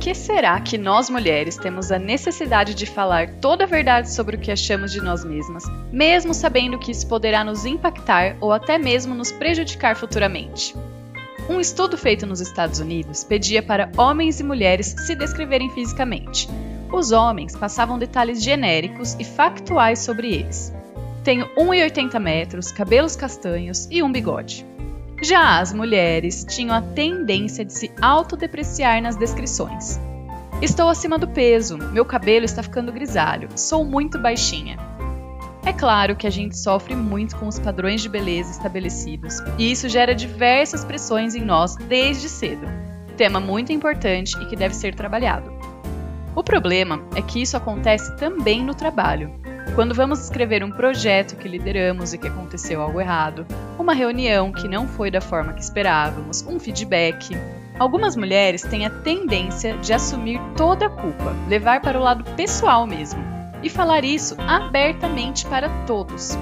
que será que nós mulheres temos a necessidade de falar toda a verdade sobre o que achamos de nós mesmas, mesmo sabendo que isso poderá nos impactar ou até mesmo nos prejudicar futuramente? Um estudo feito nos Estados Unidos pedia para homens e mulheres se descreverem fisicamente. Os homens passavam detalhes genéricos e factuais sobre eles. Tenho 1,80 metros, cabelos castanhos e um bigode. Já as mulheres tinham a tendência de se autodepreciar nas descrições. Estou acima do peso, meu cabelo está ficando grisalho, sou muito baixinha. É claro que a gente sofre muito com os padrões de beleza estabelecidos, e isso gera diversas pressões em nós desde cedo. Tema muito importante e que deve ser trabalhado. O problema é que isso acontece também no trabalho. Quando vamos escrever um projeto que lideramos e que aconteceu algo errado, uma reunião que não foi da forma que esperávamos, um feedback, algumas mulheres têm a tendência de assumir toda a culpa, levar para o lado pessoal mesmo, e falar isso abertamente para todos.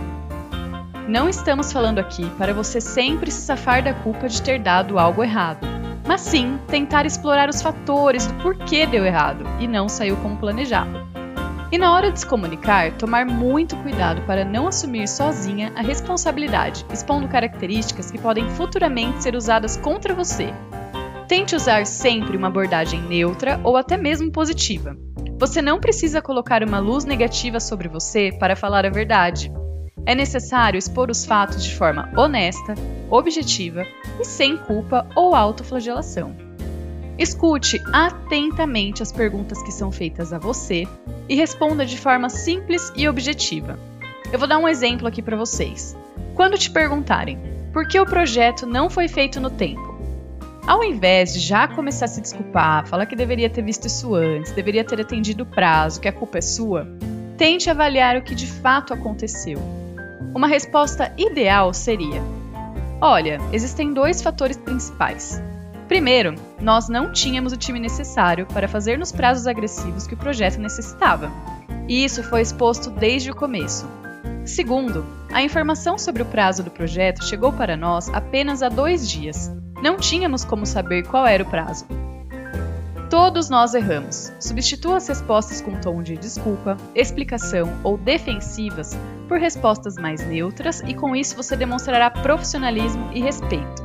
Não estamos falando aqui para você sempre se safar da culpa de ter dado algo errado, mas sim tentar explorar os fatores do porquê deu errado e não saiu como planejado. E na hora de se comunicar, tomar muito cuidado para não assumir sozinha a responsabilidade, expondo características que podem futuramente ser usadas contra você. Tente usar sempre uma abordagem neutra ou até mesmo positiva. Você não precisa colocar uma luz negativa sobre você para falar a verdade. É necessário expor os fatos de forma honesta, objetiva e sem culpa ou autoflagelação. Escute atentamente as perguntas que são feitas a você e responda de forma simples e objetiva. Eu vou dar um exemplo aqui para vocês. Quando te perguntarem por que o projeto não foi feito no tempo, ao invés de já começar a se desculpar, falar que deveria ter visto isso antes, deveria ter atendido o prazo, que a culpa é sua, tente avaliar o que de fato aconteceu. Uma resposta ideal seria: olha, existem 2 fatores principais. Primeiro, nós não tínhamos o time necessário para fazer nos prazos agressivos que o projeto necessitava. E isso foi exposto desde o começo. Segundo, a informação sobre o prazo do projeto chegou para nós apenas há 2 dias. Não tínhamos como saber qual era o prazo. Todos nós erramos. Substitua as respostas com tom de desculpa, explicação ou defensivas por respostas mais neutras e com isso você demonstrará profissionalismo e respeito.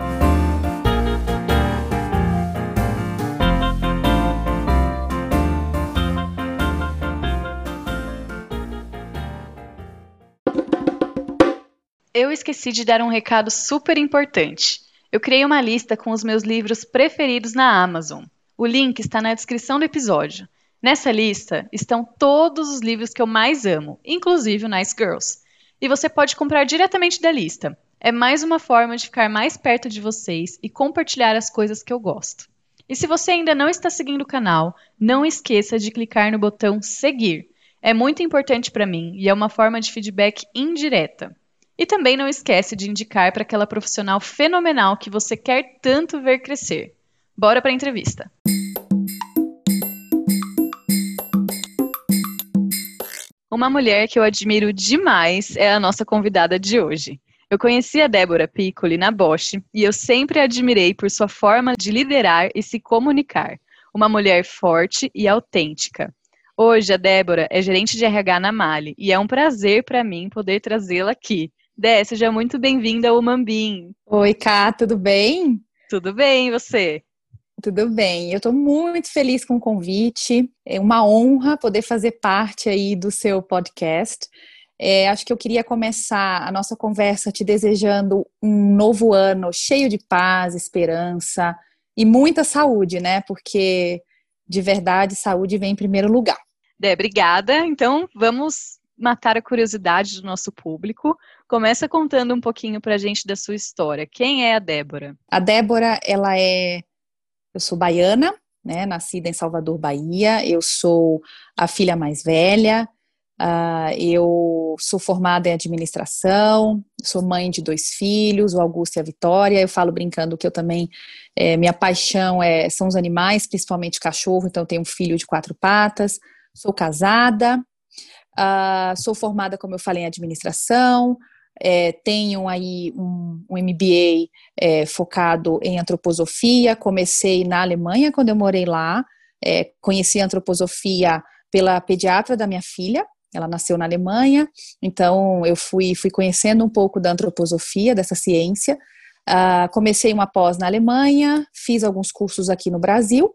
Eu esqueci de dar um recado super importante. Eu criei uma lista com os meus livros preferidos na Amazon. O link está na descrição do episódio. Nessa lista estão todos os livros que eu mais amo, inclusive o Nice Girls. E você pode comprar diretamente da lista. É mais uma forma de ficar mais perto de vocês e compartilhar as coisas que eu gosto. E se você ainda não está seguindo o canal, não esqueça de clicar no botão seguir. É muito importante para mim e é uma forma de feedback indireta. E também não esquece de indicar para aquela profissional fenomenal que você quer tanto ver crescer. Bora para a entrevista! Uma mulher que eu admiro demais é a nossa convidada de hoje. Eu conheci a Débora Piccoli na Bosch e eu sempre a admirei por sua forma de liderar e se comunicar. Uma mulher forte e autêntica. Hoje a Débora é gerente de RH na Mali e é um prazer para mim poder trazê-la aqui. Dé, seja muito bem-vinda ao Mambim. Oi, Ká, tudo bem? Tudo bem, e você? Tudo bem. Eu estou muito feliz com o convite. É uma honra poder fazer parte aí do seu podcast. Acho que eu queria começar a nossa conversa te desejando um novo ano cheio de paz, esperança e muita saúde, né? Porque, de verdade, saúde vem em primeiro lugar. Dé, obrigada. Então, vamos matar a curiosidade do nosso público. Começa contando um pouquinho pra gente da sua história. Quem é a Débora? A Débora, eu sou baiana, né? Nascida em Salvador, Bahia. Eu sou a filha mais velha. Eu sou formada em administração. Sou mãe de 2 filhos, o Augusto e a Vitória. Eu falo brincando que eu também, minha paixão são os animais, principalmente cachorro. Então eu tenho um filho de 4 patas. Sou casada. Sou formada, como eu falei, em administração, tenho aí um MBA focado em antroposofia. Comecei na Alemanha quando eu morei lá, Conheci a antroposofia pela pediatra da minha filha. Ela nasceu na Alemanha, então eu fui conhecendo um pouco da antroposofia, dessa ciência. Comecei uma pós na Alemanha, fiz alguns cursos aqui no Brasil,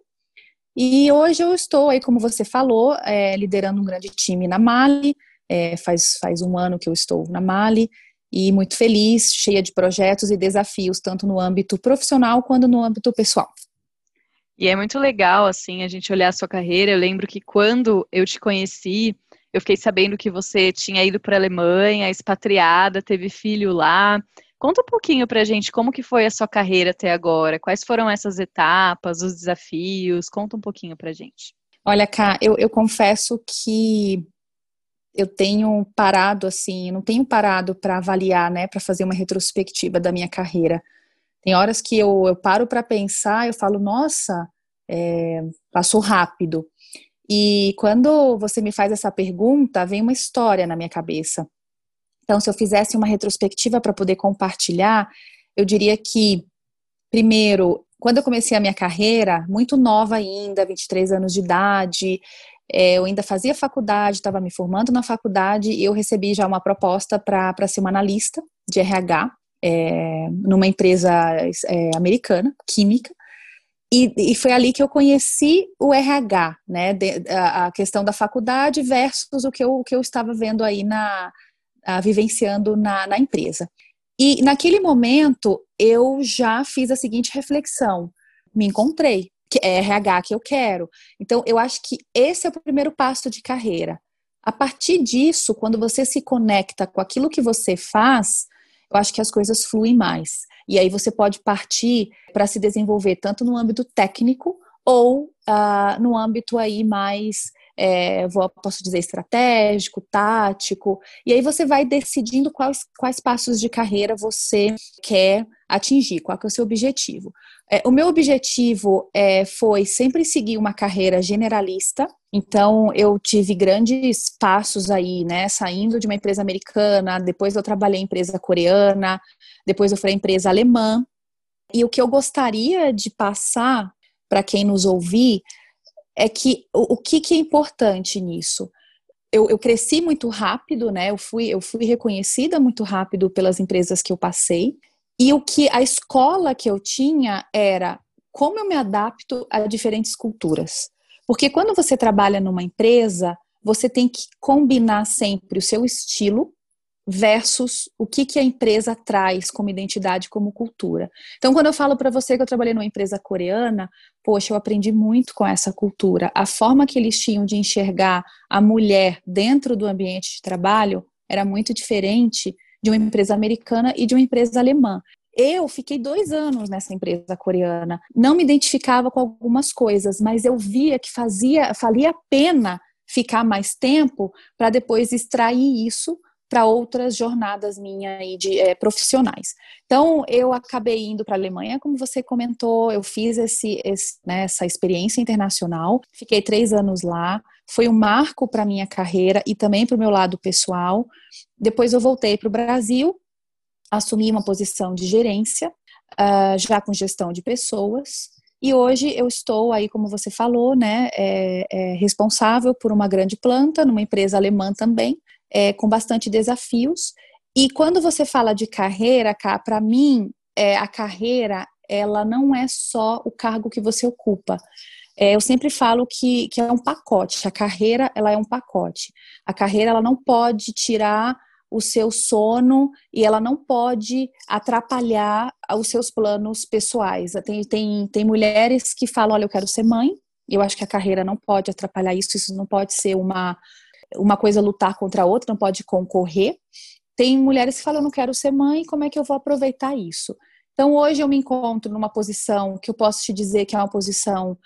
e hoje eu estou aí, como você falou, liderando um grande time na Mali. Faz um ano que eu estou na Mali, e muito feliz, cheia de projetos e desafios, tanto no âmbito profissional quanto no âmbito pessoal. E é muito legal, assim, a gente olhar a sua carreira. Eu lembro que quando eu te conheci, eu fiquei sabendo que você tinha ido para a Alemanha, expatriada, teve filho lá. Conta um pouquinho pra gente como que foi a sua carreira até agora, quais foram essas etapas, os desafios, conta um pouquinho pra gente. Olha, Ká, eu confesso que eu tenho parado, assim, não tenho parado para avaliar, né, para fazer uma retrospectiva da minha carreira. Tem horas que eu paro para pensar, eu falo, nossa, passou rápido. E quando você me faz essa pergunta, vem uma história na minha cabeça. Então, se eu fizesse uma retrospectiva para poder compartilhar, eu diria que, primeiro, quando eu comecei a minha carreira, muito nova ainda, 23 anos de idade, eu ainda fazia faculdade, estava me formando na faculdade, e eu recebi já uma proposta para ser uma analista de RH, numa empresa americana, química. E foi ali que eu conheci o RH, né, a questão da faculdade versus o que eu estava vendo aí vivenciando na empresa. E naquele momento eu já fiz a seguinte reflexão: me encontrei, que é RH que eu quero. Então eu acho que esse é o primeiro passo de carreira. A partir disso, quando você se conecta com aquilo que você faz, eu acho que as coisas fluem mais. E aí você pode partir para se desenvolver tanto no âmbito técnico ou no âmbito aí mais, posso dizer, estratégico, tático. E aí você vai decidindo quais passos de carreira você quer atingir, qual que é o seu objetivo. O meu objetivo foi sempre seguir uma carreira generalista. Então, eu tive grandes passos aí, né, saindo de uma empresa americana, depois eu trabalhei em empresa coreana, depois eu fui em empresa alemã. E o que eu gostaria de passar para quem nos ouvir é que o que é importante nisso? Eu cresci muito rápido, né? Eu fui reconhecida muito rápido pelas empresas que eu passei. E a escola que eu tinha era como eu me adapto a diferentes culturas. Porque quando você trabalha numa empresa, você tem que combinar sempre o seu estilo versus o que a empresa traz como identidade, como cultura. Então, quando eu falo para você que eu trabalhei numa empresa coreana, poxa, eu aprendi muito com essa cultura. A forma que eles tinham de enxergar a mulher dentro do ambiente de trabalho era muito diferente de uma empresa americana e de uma empresa alemã. Eu fiquei 2 anos nessa empresa coreana, não me identificava com algumas coisas, mas eu via que valia a pena ficar mais tempo para depois extrair isso para outras jornadas minhas profissionais. Então, eu acabei indo para a Alemanha, como você comentou, eu fiz essa experiência internacional, fiquei 3 anos lá, foi um marco para a minha carreira e também para o meu lado pessoal. Depois eu voltei para o Brasil, assumi uma posição de gerência, já com gestão de pessoas, e hoje eu estou aí, como você falou, né, responsável por uma grande planta, numa empresa alemã também, com bastante desafios. E quando você fala de carreira, para mim, a carreira, ela não é só o cargo que você ocupa. Eu sempre falo que é um pacote. A carreira, ela é um pacote. A carreira, ela não pode tirar o seu sono e ela não pode atrapalhar os seus planos pessoais. Tem mulheres que falam, olha, eu quero ser mãe. Eu acho que a carreira não pode atrapalhar isso. Isso não pode ser uma coisa lutar contra a outra, não pode concorrer. Tem mulheres que falam, eu não quero ser mãe, como é que eu vou aproveitar isso? Então, hoje eu me encontro numa posição que eu posso te dizer que é uma posição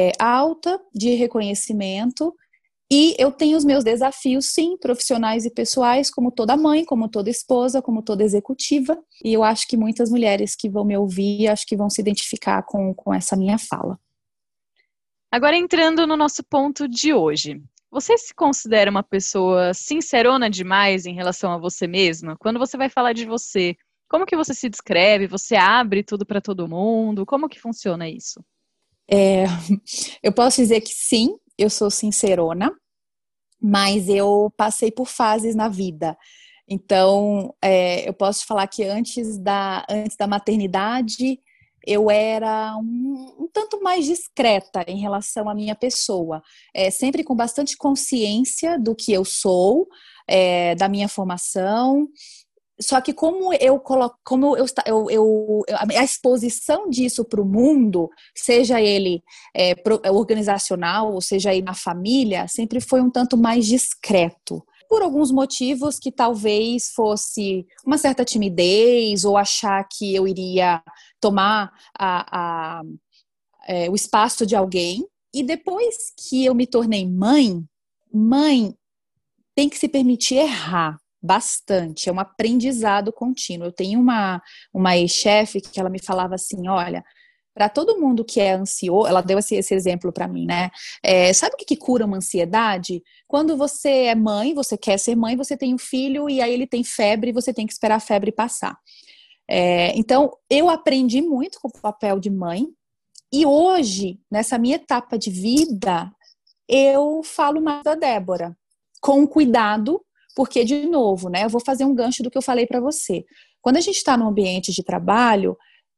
alta, de reconhecimento, e eu tenho os meus desafios, sim, profissionais e pessoais, como toda mãe, como toda esposa, como toda executiva, e eu acho que muitas mulheres que vão me ouvir, acho que vão se identificar com essa minha fala. Agora, entrando no nosso ponto de hoje. Você se considera uma pessoa sincerona demais em relação a você mesma? Quando você vai falar de você, como que você se descreve? Você abre tudo para todo mundo? Como que funciona isso? É, eu posso dizer que sim, eu sou sincerona, mas eu passei por fases na vida. Então, eu posso te falar que antes da maternidade, eu era um tanto mais discreta em relação à minha pessoa, sempre com bastante consciência do que eu sou, da minha formação. Só que como eu coloco, como a exposição disso para o mundo, seja ele organizacional, ou seja aí na família, sempre foi um tanto mais discreto. Por alguns motivos que talvez fosse uma certa timidez, ou achar que eu iria tomar o espaço de alguém. E depois que eu me tornei mãe tem que se permitir errar bastante, é um aprendizado contínuo. Eu tenho uma ex-chefe que ela me falava assim, olha, para todo mundo que é ansioso, ela deu esse exemplo para mim, né? Sabe o que cura uma ansiedade? Quando você é mãe, você quer ser mãe, você tem um filho e aí ele tem febre, você tem que esperar a febre passar. Então, eu aprendi muito com o papel de mãe e hoje, nessa minha etapa de vida, eu falo mais da Débora, com cuidado, porque, de novo, né, eu vou fazer um gancho do que eu falei para você. Quando a gente está no ambiente de trabalho,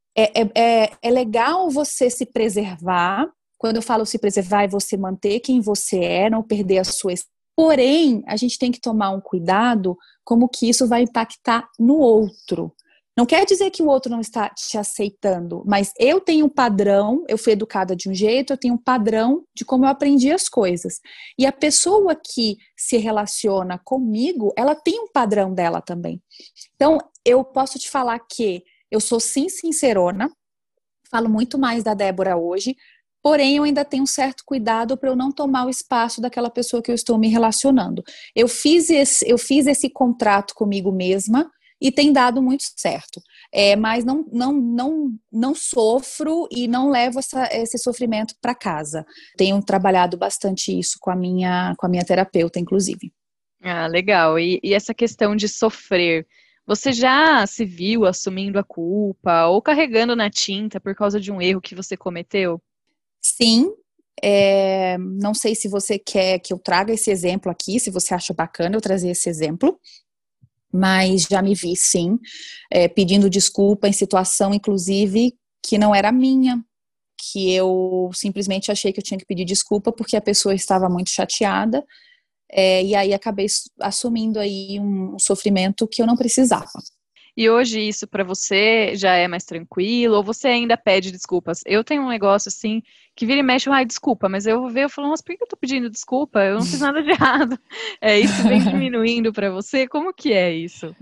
é legal você se preservar. Quando eu falo se preservar, é você manter quem você é, não perder a sua essência. Porém, a gente tem que tomar um cuidado como que isso vai impactar no outro. Não quer dizer que o outro não está te aceitando, mas eu tenho um padrão, eu fui educada de um jeito, eu tenho um padrão de como eu aprendi as coisas. E a pessoa que se relaciona comigo, ela tem um padrão dela também. Então, eu posso te falar que eu sou sim sincerona, falo muito mais da Débora hoje, porém eu ainda tenho um certo cuidado para eu não tomar o espaço daquela pessoa que eu estou me relacionando. Eu fiz esse contrato comigo mesma, e tem dado muito certo. Mas não sofro e não levo esse sofrimento para casa. Tenho trabalhado bastante isso com a minha terapeuta, inclusive. Ah, legal. E essa questão de sofrer, você já se viu assumindo a culpa ou carregando na tinta por causa de um erro que você cometeu? Sim. Não sei se você quer que eu traga esse exemplo aqui, se você acha bacana eu trazer esse exemplo. Mas já me vi, sim, pedindo desculpa em situação, inclusive, que não era minha, que eu simplesmente achei que eu tinha que pedir desculpa porque a pessoa estava muito chateada, e aí acabei assumindo aí um sofrimento que eu não precisava. E hoje isso para você já é mais tranquilo ou você ainda pede desculpas? Eu tenho um negócio assim que vira e mexe, ai, desculpa, mas eu vou ver, eu falo, mas por que eu tô pedindo desculpa? Eu não fiz nada de errado. Isso vem diminuindo para você? Como que é isso?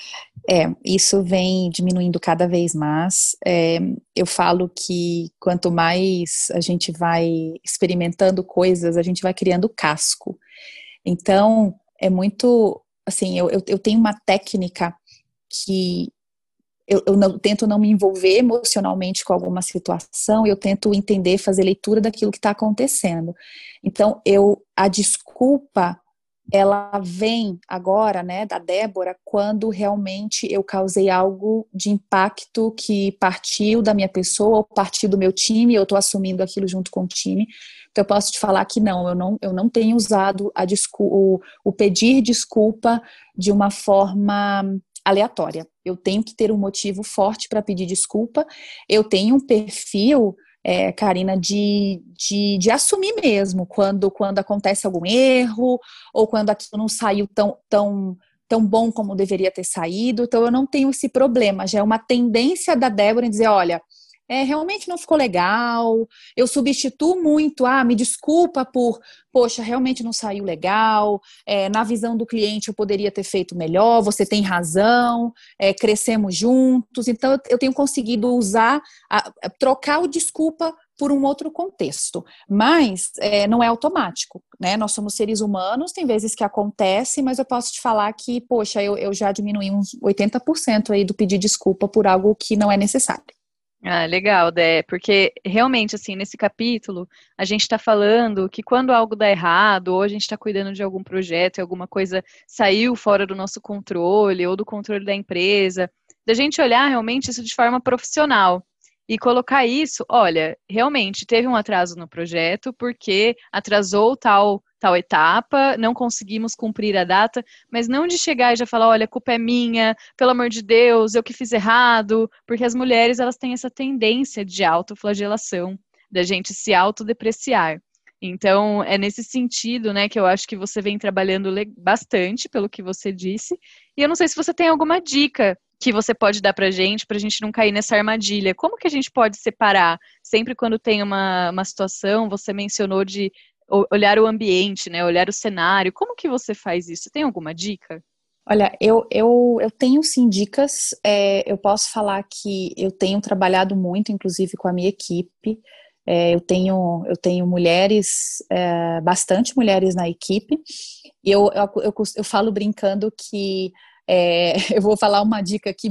Isso vem diminuindo cada vez mais. Eu falo que quanto mais a gente vai experimentando coisas, a gente vai criando casco. Então, é muito, assim, eu tenho uma técnica que tento não me envolver emocionalmente com alguma situação, eu tento entender, fazer leitura daquilo que está acontecendo. Então, a desculpa, ela vem agora, né, da Débora, quando realmente eu causei algo de impacto que partiu da minha pessoa, ou partiu do meu time, eu estou assumindo aquilo junto com o time. Então, eu posso te falar que eu não tenho usado o pedir desculpa de uma forma aleatória. Eu tenho que ter um motivo forte para pedir desculpa. Eu tenho um perfil, Karina, de assumir mesmo quando acontece algum erro ou quando aquilo não saiu tão bom como deveria ter saído. Então, eu não tenho esse problema. Já é uma tendência da Débora em dizer, olha, realmente não ficou legal, eu substituo muito, me desculpa poxa, realmente não saiu legal, na visão do cliente eu poderia ter feito melhor, você tem razão, crescemos juntos, então eu tenho conseguido trocar o desculpa por um outro contexto, mas não é automático, né? Nós somos seres humanos, tem vezes que acontece, mas eu posso te falar que, poxa, eu já diminui uns 80% aí do pedir desculpa por algo que não é necessário. Ah, legal, Dé, porque realmente, assim, nesse capítulo, a gente está falando que quando algo dá errado, ou a gente está cuidando de algum projeto e alguma coisa saiu fora do nosso controle, ou do controle da empresa, da gente olhar realmente isso de forma profissional. e colocar isso, olha, realmente teve um atraso no projeto, porque atrasou tal etapa, não conseguimos cumprir a data, mas não de chegar e já falar, olha, a culpa é minha, pelo amor de Deus, eu que fiz errado, porque as mulheres, elas têm essa tendência de autoflagelação, da gente se autodepreciar. Então, é nesse sentido, né, que eu acho que você vem trabalhando bastante, pelo que você disse, e eu não sei se você tem alguma dica que você pode dar pra gente não cair nessa armadilha. Como que a gente pode separar? Sempre quando tem uma situação, você mencionou de olhar o ambiente, né? Olhar o cenário. Como que você faz isso? Tem alguma dica? Olha, eu tenho sim dicas. Eu posso falar que eu tenho trabalhado muito, inclusive com a minha equipe. Eu tenho mulheres, bastante mulheres na equipe. E eu falo brincando que eu vou falar uma dica aqui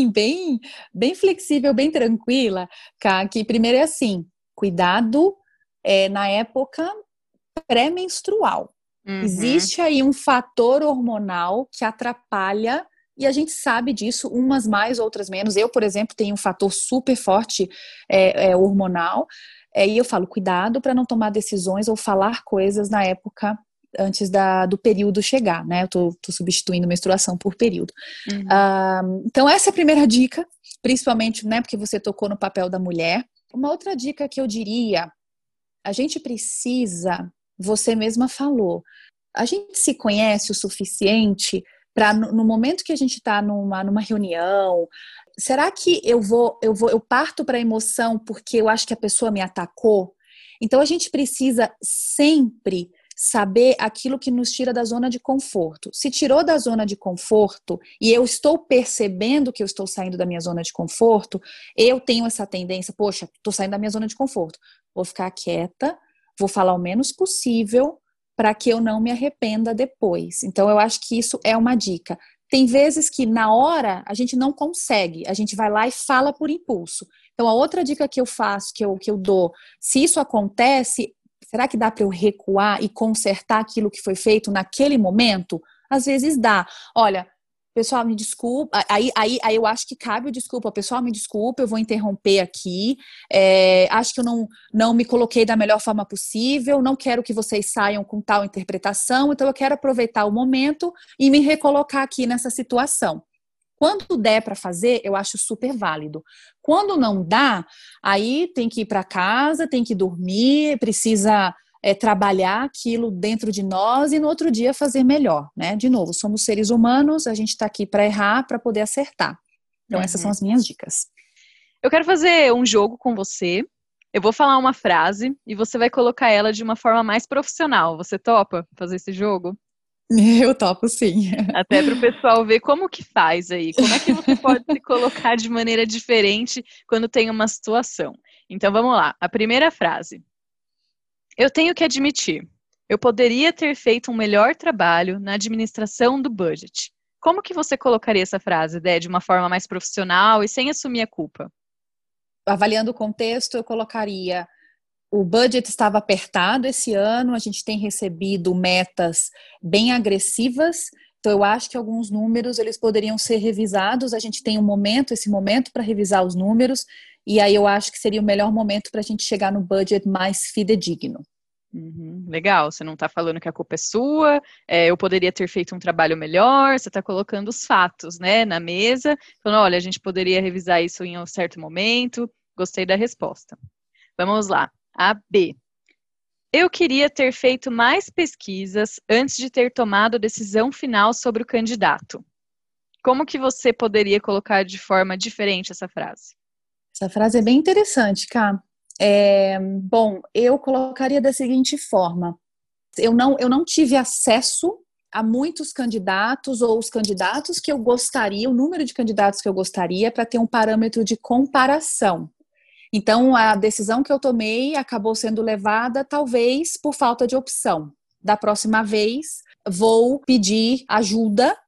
bem flexível, bem tranquila, Ká, que primeiro é assim, cuidado na época pré-menstrual. Uhum. Existe aí um fator hormonal que atrapalha, e a gente sabe disso, umas mais, outras menos. Eu, por exemplo, tenho um fator super forte hormonal, e eu falo, cuidado para não tomar decisões ou falar coisas na época antes do período chegar, né? Eu tô substituindo menstruação por período. Uhum. Então, essa é a primeira dica, principalmente, né, porque você tocou no papel da mulher. Uma outra dica que eu diria, a gente precisa, você mesma falou, a gente se conhece o suficiente para no momento que a gente está numa reunião, será que eu parto para a emoção porque eu acho que a pessoa me atacou? Então a gente precisa sempre saber aquilo que nos tira da zona de conforto. Se tirou da zona de conforto e eu estou percebendo que eu estou saindo da minha zona de conforto, eu tenho essa tendência, poxa, estou saindo da minha zona de conforto. Vou ficar quieta, vou falar o menos possível para que eu não me arrependa depois. Então, eu acho que isso é uma dica. Tem vezes que na hora a gente não consegue, a gente vai lá e fala por impulso. Então, a outra dica que eu faço, que eu dou, se isso acontece, será que dá para eu recuar e consertar aquilo que foi feito naquele momento? Às vezes dá. Olha, pessoal, me desculpa. Aí eu acho que cabe o desculpa. Pessoal, me desculpa, eu vou interromper aqui. Acho que eu não me coloquei da melhor forma possível. Não quero que vocês saiam com tal interpretação. Então, eu quero aproveitar o momento e me recolocar aqui nessa situação. Quando der para fazer, eu acho super válido. Quando não dá, aí tem que ir para casa, tem que dormir, precisa trabalhar aquilo dentro de nós e no outro dia fazer melhor, né? De novo, somos seres humanos, a gente está aqui para errar, para poder acertar. Então, essas são Uhum. as minhas dicas. Eu quero fazer um jogo com você. Eu vou falar uma frase e você vai colocar ela de uma forma mais profissional. Você topa fazer esse jogo? Eu topo, sim. Até para o pessoal ver como que faz aí, como é que você pode se colocar de maneira diferente quando tem uma situação. Então vamos lá, a primeira frase. Eu tenho que admitir, eu poderia ter feito um melhor trabalho na administração do budget. Como que você colocaria essa frase, Dé, de uma forma mais profissional e sem assumir a culpa? Avaliando o contexto, eu colocaria: o budget estava apertado esse ano, a gente tem recebido metas bem agressivas, então eu acho que alguns números eles poderiam ser revisados, a gente tem esse momento para revisar os números, e aí eu acho que seria o melhor momento para a gente chegar no budget mais fidedigno. Uhum, legal, você não está falando que a culpa é sua, eu poderia ter feito um trabalho melhor, você está colocando os fatos, né, na mesa, falando, olha, a gente poderia revisar isso em um certo momento, gostei da resposta. Vamos lá, a B. Eu queria ter feito mais pesquisas antes de ter tomado a decisão final sobre o candidato. Como que você poderia colocar de forma diferente essa frase? Essa frase é bem interessante, Ká. Bom, eu colocaria da seguinte forma: eu não tive acesso a muitos candidatos ou os candidatos que eu gostaria, o número de candidatos que eu gostaria para ter um parâmetro de comparação. Então, a decisão que eu tomei acabou sendo levada, talvez, por falta de opção. Da próxima vez, vou pedir ajuda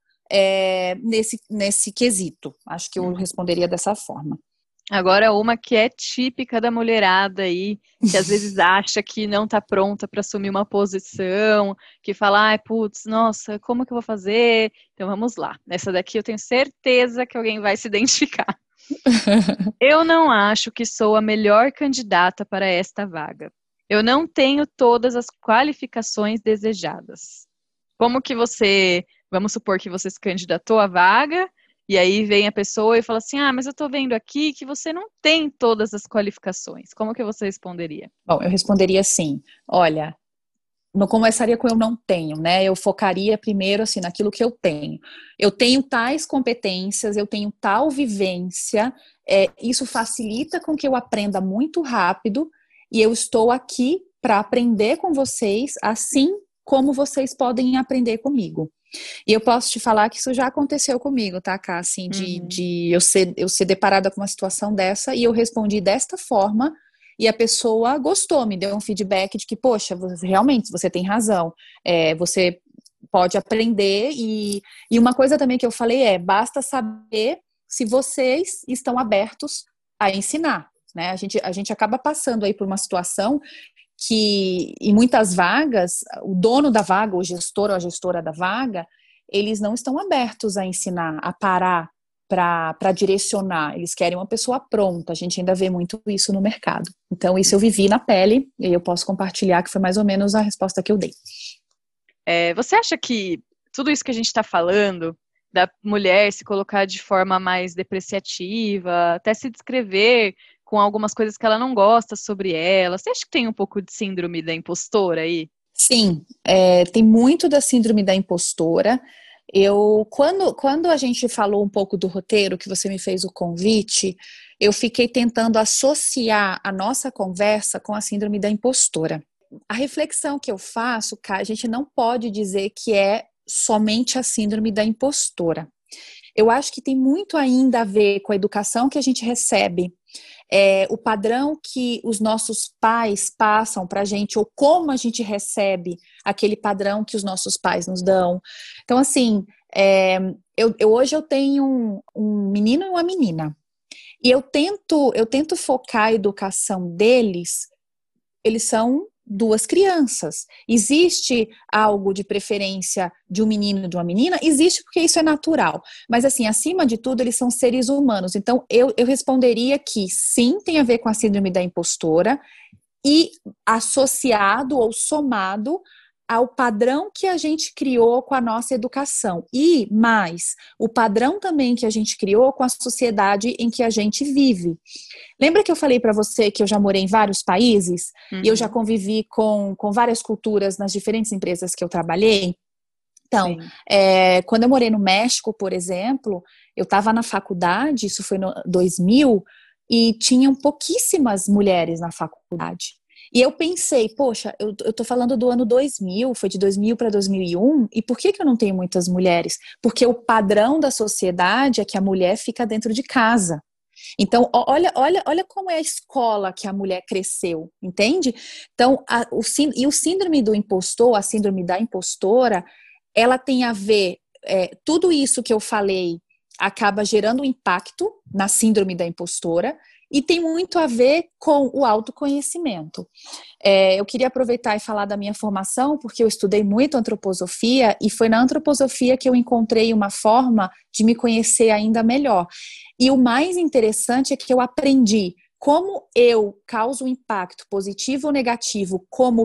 nesse quesito. Acho que eu responderia dessa forma. Agora, uma que é típica da mulherada aí, que às vezes acha que não está pronta para assumir uma posição, que fala, ai, putz, nossa, como que eu vou fazer? Então vamos lá. Nessa daqui eu tenho certeza que alguém vai se identificar. Eu não acho que sou a melhor candidata para esta vaga. Eu não tenho todas as qualificações desejadas. Como que você, vamos supor que você se candidatou à vaga, e aí vem a pessoa e fala assim: ah, mas eu tô vendo aqui que você não tem todas as qualificações. Como que você responderia? Bom, eu responderia assim: olha, não começaria com eu não tenho, né? Eu focaria primeiro assim naquilo que eu tenho. Eu tenho tais competências, eu tenho tal vivência, isso facilita com que eu aprenda muito rápido e eu estou aqui para aprender com vocês, assim como vocês podem aprender comigo. E eu posso te falar que isso já aconteceu comigo, tá, Cá? Assim, Uhum. de eu ser deparada com uma situação dessa e eu respondi desta forma e a pessoa gostou, me deu um feedback de que, poxa, realmente, você tem razão, você pode aprender e uma coisa também que eu falei basta saber se vocês estão abertos a ensinar, né? A gente acaba passando aí por uma situação que em muitas vagas, o dono da vaga, o gestor ou a gestora da vaga, eles não estão abertos a ensinar, a parar para direcionar. Eles querem uma pessoa pronta. A gente ainda vê muito isso no mercado. Então, isso eu vivi na pele e eu posso compartilhar que foi mais ou menos a resposta que eu dei. Você acha que tudo isso que a gente está falando, da mulher se colocar de forma mais depreciativa, até se descrever com algumas coisas que ela não gosta sobre ela, você acha que tem um pouco de síndrome da impostora aí? Sim, tem muito da síndrome da impostora. Quando a gente falou um pouco do roteiro, que você me fez o convite, eu fiquei tentando associar a nossa conversa com a síndrome da impostora. A reflexão que eu faço, cara, a gente não pode dizer que é somente a síndrome da impostora. Eu acho que tem muito ainda a ver com a educação que a gente recebe, o padrão que os nossos pais passam para a gente, ou como a gente recebe aquele padrão que os nossos pais nos dão. Então, assim, hoje eu tenho um menino e uma menina, e eu tento focar a educação deles, eles são duas crianças. Existe algo de preferência de um menino e de uma menina? Existe, porque isso é natural. Mas, assim, acima de tudo, eles são seres humanos. Então, eu responderia que sim, tem a ver com a síndrome da impostora e associado ou somado ao padrão que a gente criou com a nossa educação e mais o padrão também que a gente criou com a sociedade em que a gente vive. Lembra que eu falei para você que eu já morei em vários países e eu já Uhum, convivi com várias culturas nas diferentes empresas que eu trabalhei? Então, sim. quando eu morei no México, por exemplo, eu estava na faculdade, isso foi no 2000, e tinham pouquíssimas mulheres na faculdade. E eu pensei, poxa, eu tô falando do ano 2000, foi de 2000 para 2001, e por que eu não tenho muitas mulheres? Porque o padrão da sociedade é que a mulher fica dentro de casa. Então, olha como é a escola que a mulher cresceu, entende? Então, o síndrome do impostor, a síndrome da impostora, ela tem a ver, tudo isso que eu falei acaba gerando um impacto na síndrome da impostora e tem muito a ver com o autoconhecimento. Eu queria aproveitar e falar da minha formação, porque eu estudei muito antroposofia e foi na antroposofia que eu encontrei uma forma de me conhecer ainda melhor. E o mais interessante é que eu aprendi como eu causo um impacto positivo ou negativo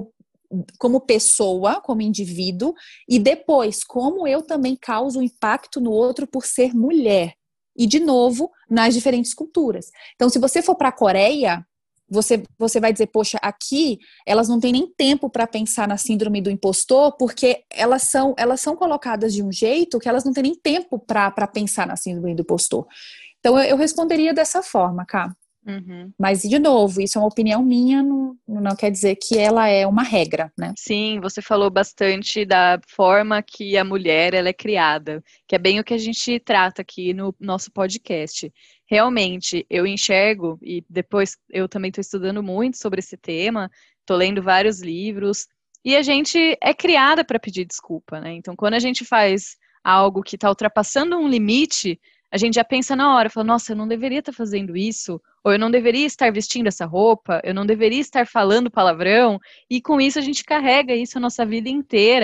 como pessoa, como indivíduo, e depois como eu também causo impacto no outro por ser mulher. E, de novo, nas diferentes culturas. Então, se você for para a Coreia, você vai dizer, poxa, aqui elas não têm nem tempo para pensar na síndrome do impostor, porque elas são colocadas de um jeito que elas não têm nem tempo para pensar na síndrome do impostor. Então, eu responderia dessa forma, Cá. Uhum. Mas, de novo, isso é uma opinião minha, não quer dizer que ela é uma regra, né? Sim, você falou bastante da forma que a mulher ela é criada, que é bem o que a gente trata aqui no nosso podcast. Realmente, eu enxergo, e depois eu também estou estudando muito sobre esse tema, estou lendo vários livros, e a gente é criada para pedir desculpa, né? Então, quando a gente faz algo que está ultrapassando um limite, a gente já pensa na hora, fala, nossa, eu não deveria estar fazendo isso, ou eu não deveria estar vestindo essa roupa, eu não deveria estar falando palavrão. E com isso a gente carrega isso a nossa vida inteira.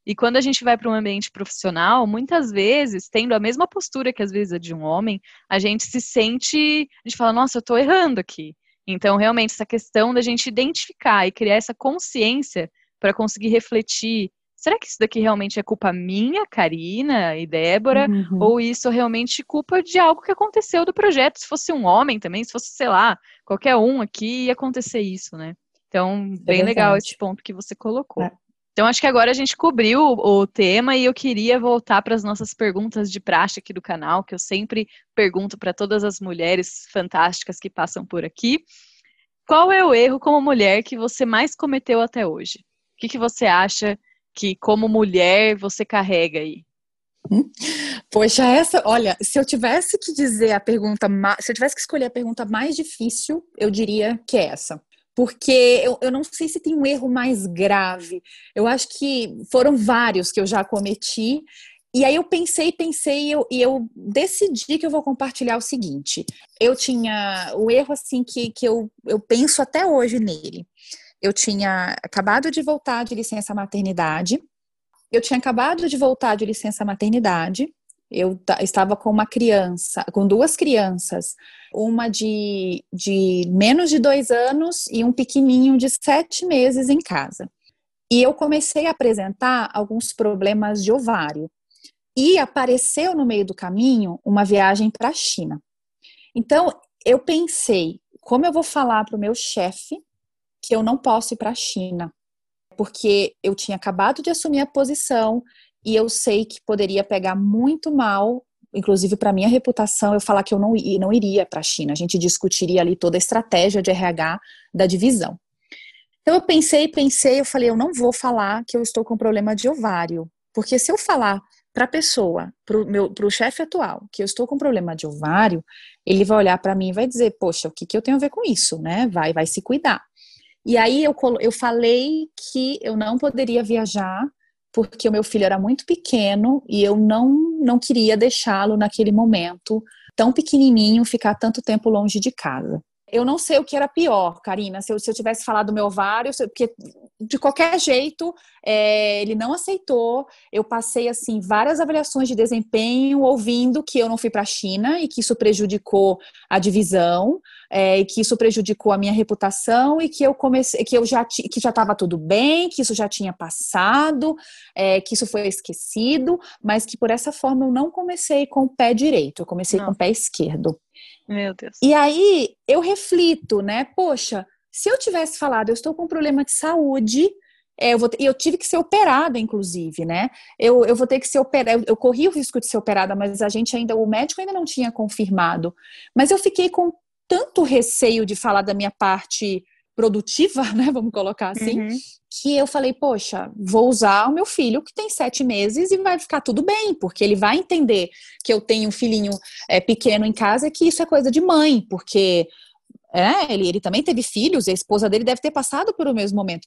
E quando a gente vai para um ambiente profissional, muitas vezes, tendo a mesma postura que às vezes é de um homem, a gente se sente, a gente fala, nossa, eu estou errando aqui. Então, realmente, essa questão da gente identificar e criar essa consciência para conseguir refletir, será que isso daqui realmente é culpa minha, Karina e Débora, ou isso é realmente culpa de algo que aconteceu do projeto? Se fosse um homem também, se fosse, sei lá, qualquer um aqui, ia acontecer isso, né? Então, bem legal esse ponto que você colocou. Então, acho que agora a gente cobriu o tema e eu queria voltar para as nossas perguntas de praxe aqui do canal, que eu sempre pergunto para todas as mulheres fantásticas que passam por aqui. Qual é o erro como mulher que você mais cometeu até hoje? O que você acha que, como mulher, você carrega aí? Poxa, olha, se eu tivesse que dizer se eu tivesse que escolher a pergunta mais difícil, eu diria que é essa. Porque eu não sei se tem um erro mais grave. Eu acho que foram vários que eu já cometi. E aí eu pensei e eu decidi que eu vou compartilhar o seguinte. Eu tinha o erro assim que eu penso até hoje nele. Eu tinha acabado de voltar de licença maternidade. Eu estava com com duas crianças, uma de menos de 2 anos e um pequenininho de 7 meses em casa. E eu comecei a apresentar alguns problemas de ovário. E apareceu no meio do caminho uma viagem para a China. Então, eu pensei, como eu vou falar para o meu chefe que eu não posso ir para a China? Porque eu tinha acabado de assumir a posição e eu sei que poderia pegar muito mal, inclusive para minha reputação, eu falar que eu não iria para a China. A gente discutiria ali toda a estratégia de RH da divisão. Então eu pensei, eu falei, eu não vou falar que eu estou com problema de ovário, porque se eu falar para a pessoa, para o chefe atual, que eu estou com problema de ovário, ele vai olhar para mim e vai dizer, poxa, o que eu tenho a ver com isso, né? Vai se cuidar. E aí eu falei que eu não poderia viajar porque o meu filho era muito pequeno e eu não queria deixá-lo naquele momento tão pequenininho, ficar tanto tempo longe de casa. Eu não sei o que era pior, Karina, se eu tivesse falado do meu ovário, porque de qualquer jeito ele não aceitou. Eu passei assim várias avaliações de desempenho ouvindo que eu não fui para a China e que isso prejudicou a divisão, e que isso prejudicou a minha reputação e que que já estava tudo bem, que isso já tinha passado, que isso foi esquecido, mas que por essa forma eu não comecei com o pé direito, eu comecei com o pé esquerdo. Meu Deus. E aí eu reflito, né? Poxa, se eu tivesse falado, eu estou com um problema de saúde, eu tive que ser operada, inclusive, né? Eu vou ter que ser operada, eu corri o risco de ser operada, mas o médico ainda não tinha confirmado. Mas eu fiquei com tanto receio de falar da minha parte produtiva, né? Vamos colocar assim, que eu falei, poxa, vou usar o meu filho que tem 7 meses e vai ficar tudo bem, porque ele vai entender que eu tenho um filhinho pequeno em casa e que isso é coisa de mãe, porque ele também teve filhos e a esposa dele deve ter passado por o mesmo momento.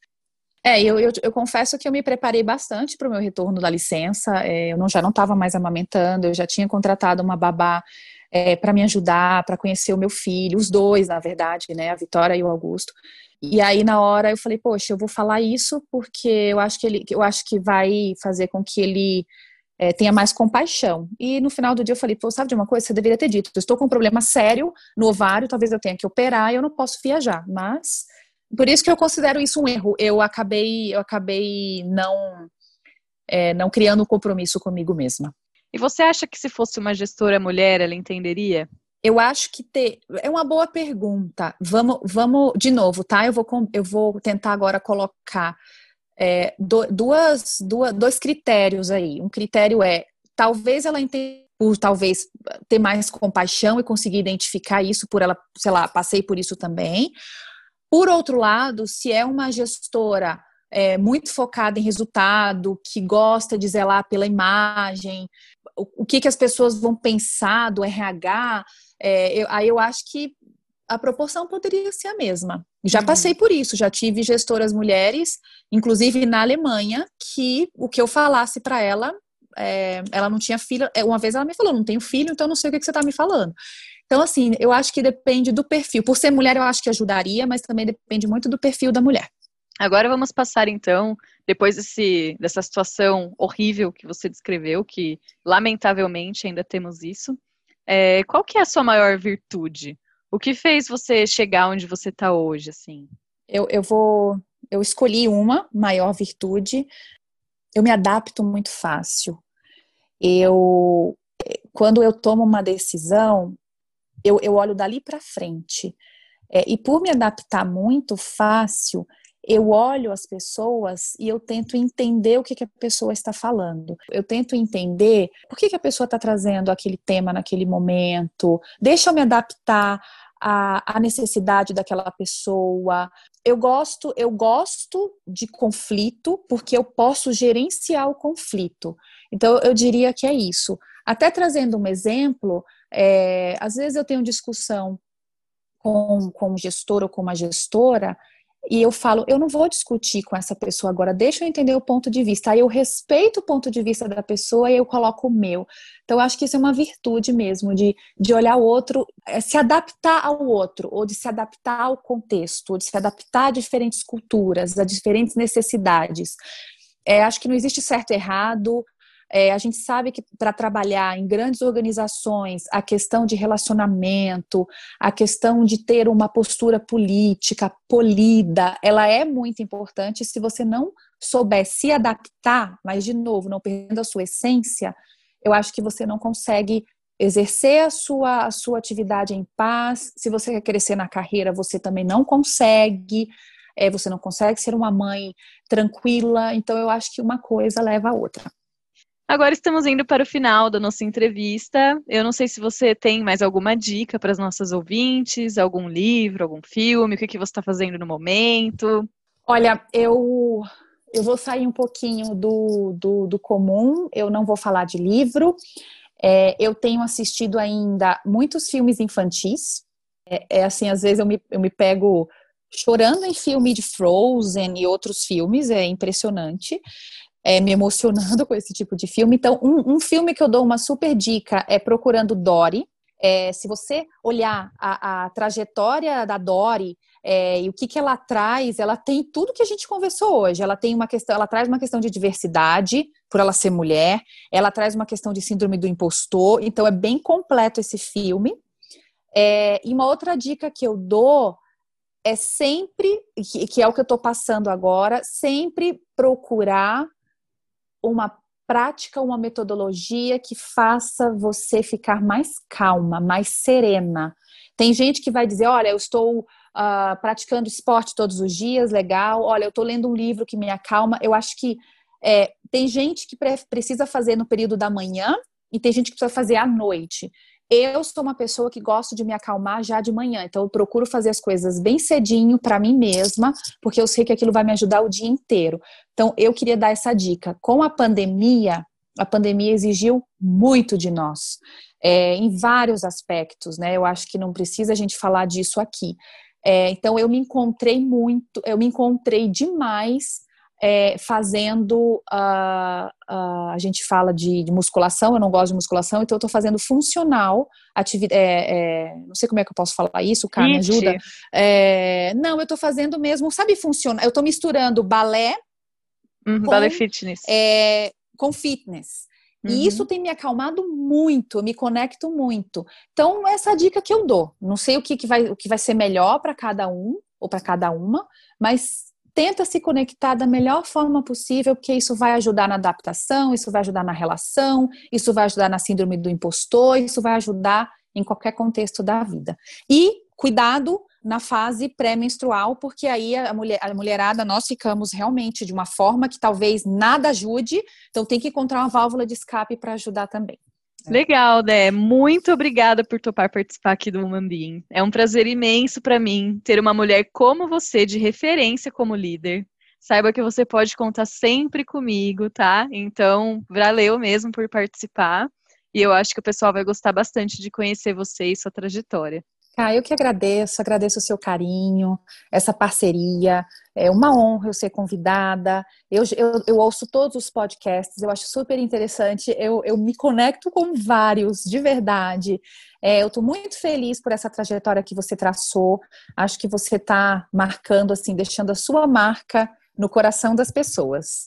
Eu confesso que eu me preparei bastante para o meu retorno da licença, eu já não estava mais amamentando, eu já tinha contratado uma babá para me ajudar, para conhecer o meu filho, os dois, na verdade, né, a Vitória e o Augusto. E aí, na hora, eu falei, poxa, eu vou falar isso porque eu acho que vai fazer com que ele tenha mais compaixão. E no final do dia eu falei, pô, sabe de uma coisa? Você deveria ter dito, eu estou com um problema sério no ovário, talvez eu tenha que operar e eu não posso viajar. Mas, por isso que eu considero isso um erro. Eu acabei não criando um compromisso comigo mesma. E você acha que se fosse uma gestora mulher, ela entenderia? Eu acho que é uma boa pergunta. Vamos de novo, tá? Eu vou tentar agora colocar dois critérios aí. Um critério talvez ela entenda, por talvez ter mais compaixão e conseguir identificar isso por ela, sei lá, passei por isso também. Por outro lado, se é uma gestora muito focada em resultado, que gosta de zelar pela imagem, o que as pessoas vão pensar do RH, aí eu acho que a proporção poderia ser a mesma. Já passei por isso, já tive gestoras mulheres, inclusive na Alemanha, que o que eu falasse para ela, ela não tinha filho. Uma vez ela me falou, não tenho filho, então não sei o que você está me falando. Então, assim, eu acho que depende do perfil. Por ser mulher, eu acho que ajudaria, mas também depende muito do perfil da mulher. Agora vamos passar, então, depois dessa situação horrível que você descreveu, que lamentavelmente ainda temos isso, qual que é a sua maior virtude? O que fez você chegar onde você está hoje, assim? Eu escolhi uma maior virtude. Eu me adapto muito fácil. Eu, quando eu tomo uma decisão, eu olho dali para frente. E por me adaptar muito fácil, eu olho as pessoas e eu tento entender o que, que a pessoa está falando. Eu tento entender por que, que a pessoa está trazendo aquele tema naquele momento. Deixa eu me adaptar à necessidade daquela pessoa. Eu gosto de conflito porque eu posso gerenciar o conflito. Então, eu diria que é isso. Até trazendo um exemplo, às vezes eu tenho discussão com um gestor ou com uma gestora, e eu falo, eu não vou discutir com essa pessoa agora, deixa eu entender o ponto de vista. Aí eu respeito o ponto de vista da pessoa e eu coloco o meu. Então, eu acho que isso é uma virtude mesmo, de olhar o outro, se adaptar ao outro, ou de se adaptar ao contexto, ou de se adaptar a diferentes culturas, a diferentes necessidades. Acho que não existe certo e errado. A gente sabe que para trabalhar em grandes organizações, a questão de relacionamento, a questão de ter uma postura política polida, ela é muito importante. Se você não souber se adaptar, mas de novo, não perdendo a sua essência, eu acho que você não consegue exercer a sua atividade em paz. Se você quer crescer na carreira, você também não consegue. Você não consegue ser uma mãe tranquila. Então, eu acho que uma coisa leva a outra. Agora estamos indo para o final da nossa entrevista. Eu não sei se você tem mais alguma dica para as nossas ouvintes, algum livro, algum filme, o que você está fazendo no momento. Olha, eu vou sair um pouquinho do comum, eu não vou falar de livro. Eu tenho assistido ainda muitos filmes infantis. Assim, às vezes eu me pego chorando em filme de Frozen e outros filmes, é impressionante. Me emocionando com esse tipo de filme. Então, um filme que eu dou uma super dica é Procurando Dory. Se você olhar a trajetória da Dory e o que ela traz, ela tem tudo que a gente conversou hoje. Ela tem uma questão, ela traz uma questão de diversidade, por ela ser mulher, ela traz uma questão de síndrome do impostor, então é bem completo esse filme. E uma outra dica que eu dou é sempre, que é o que eu estou passando agora, sempre procurar uma prática, uma metodologia que faça você ficar mais calma, mais serena. Tem gente que vai dizer, olha, eu estou praticando esporte todos os dias, legal. Olha, eu estou lendo um livro que me acalma. Eu acho que tem gente que precisa fazer no período da manhã e tem gente que precisa fazer à noite. Eu sou uma pessoa que gosto de me acalmar já de manhã, então eu procuro fazer as coisas bem cedinho para mim mesma, porque eu sei que aquilo vai me ajudar o dia inteiro. Então, eu queria dar essa dica. Com a pandemia exigiu muito de nós, em vários aspectos, né? Eu acho que não precisa a gente falar disso aqui. Então, eu me encontrei demais fazendo, a gente fala de musculação, eu não gosto de musculação, então eu estou fazendo funcional, não sei como é que eu posso falar isso, Cá, me ajuda? Não, eu estou fazendo mesmo, sabe, funcional, eu estou misturando balé Balé fitness. Com fitness. E isso tem me acalmado muito, eu me conecto muito. Então, essa dica que eu dou. Não sei o que vai ser melhor para cada um ou para cada uma, mas tenta se conectar da melhor forma possível, porque isso vai ajudar na adaptação, isso vai ajudar na relação, isso vai ajudar na síndrome do impostor, isso vai ajudar em qualquer contexto da vida. E cuidado na fase pré-menstrual, porque aí a mulherada, nós ficamos realmente de uma forma que talvez nada ajude, então tem que encontrar uma válvula de escape para ajudar também. Legal, Dé. Muito obrigada por topar participar aqui do Woman Being. É um prazer imenso para mim ter uma mulher como você, de referência como líder. Saiba que você pode contar sempre comigo, tá? Então, valeu mesmo por participar. E eu acho que o pessoal vai gostar bastante de conhecer você e sua trajetória. Eu que agradeço o seu carinho, essa parceria. É uma honra eu ser convidada. Eu ouço todos os podcasts, eu acho super interessante. Eu me conecto com vários, de verdade. Eu estou muito feliz por essa trajetória que você traçou. Acho que você está marcando, assim, deixando a sua marca no coração das pessoas.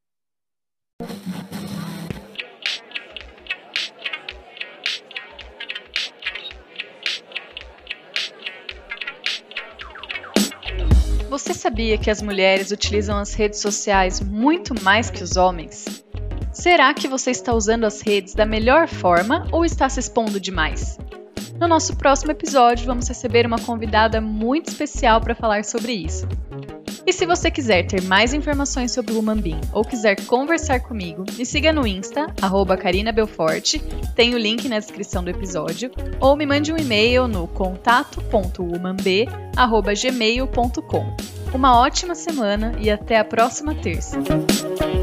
Você sabia que as mulheres utilizam as redes sociais muito mais que os homens? Será que você está usando as redes da melhor forma ou está se expondo demais? No nosso próximo episódio, vamos receber uma convidada muito especial para falar sobre isso. E se você quiser ter mais informações sobre o Woman Beam ou quiser conversar comigo, me siga no Insta, @carinabelforte, tem o link na descrição do episódio, ou me mande um e-mail no contato.womanb@gmail.com. Uma ótima semana e até a próxima terça!